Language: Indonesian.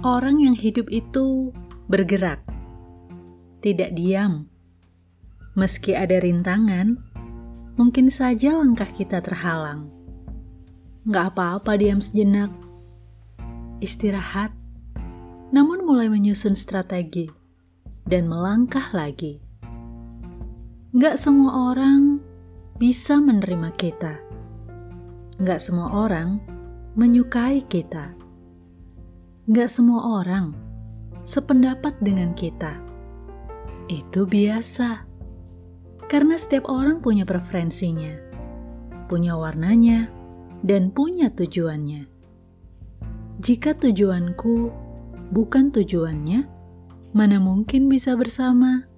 Orang yang hidup itu bergerak, tidak diam. Meski ada rintangan, mungkin saja langkah kita terhalang. Gak apa-apa diam sejenak, istirahat, namun mulai menyusun strategi dan melangkah lagi. Gak semua orang bisa menerima kita. Gak semua orang menyukai kita. Gak semua orang sependapat dengan kita. Itu biasa. Karena setiap orang punya preferensinya, punya warnanya, dan punya tujuannya. Jika tujuanku bukan tujuannya, mana mungkin bisa bersama?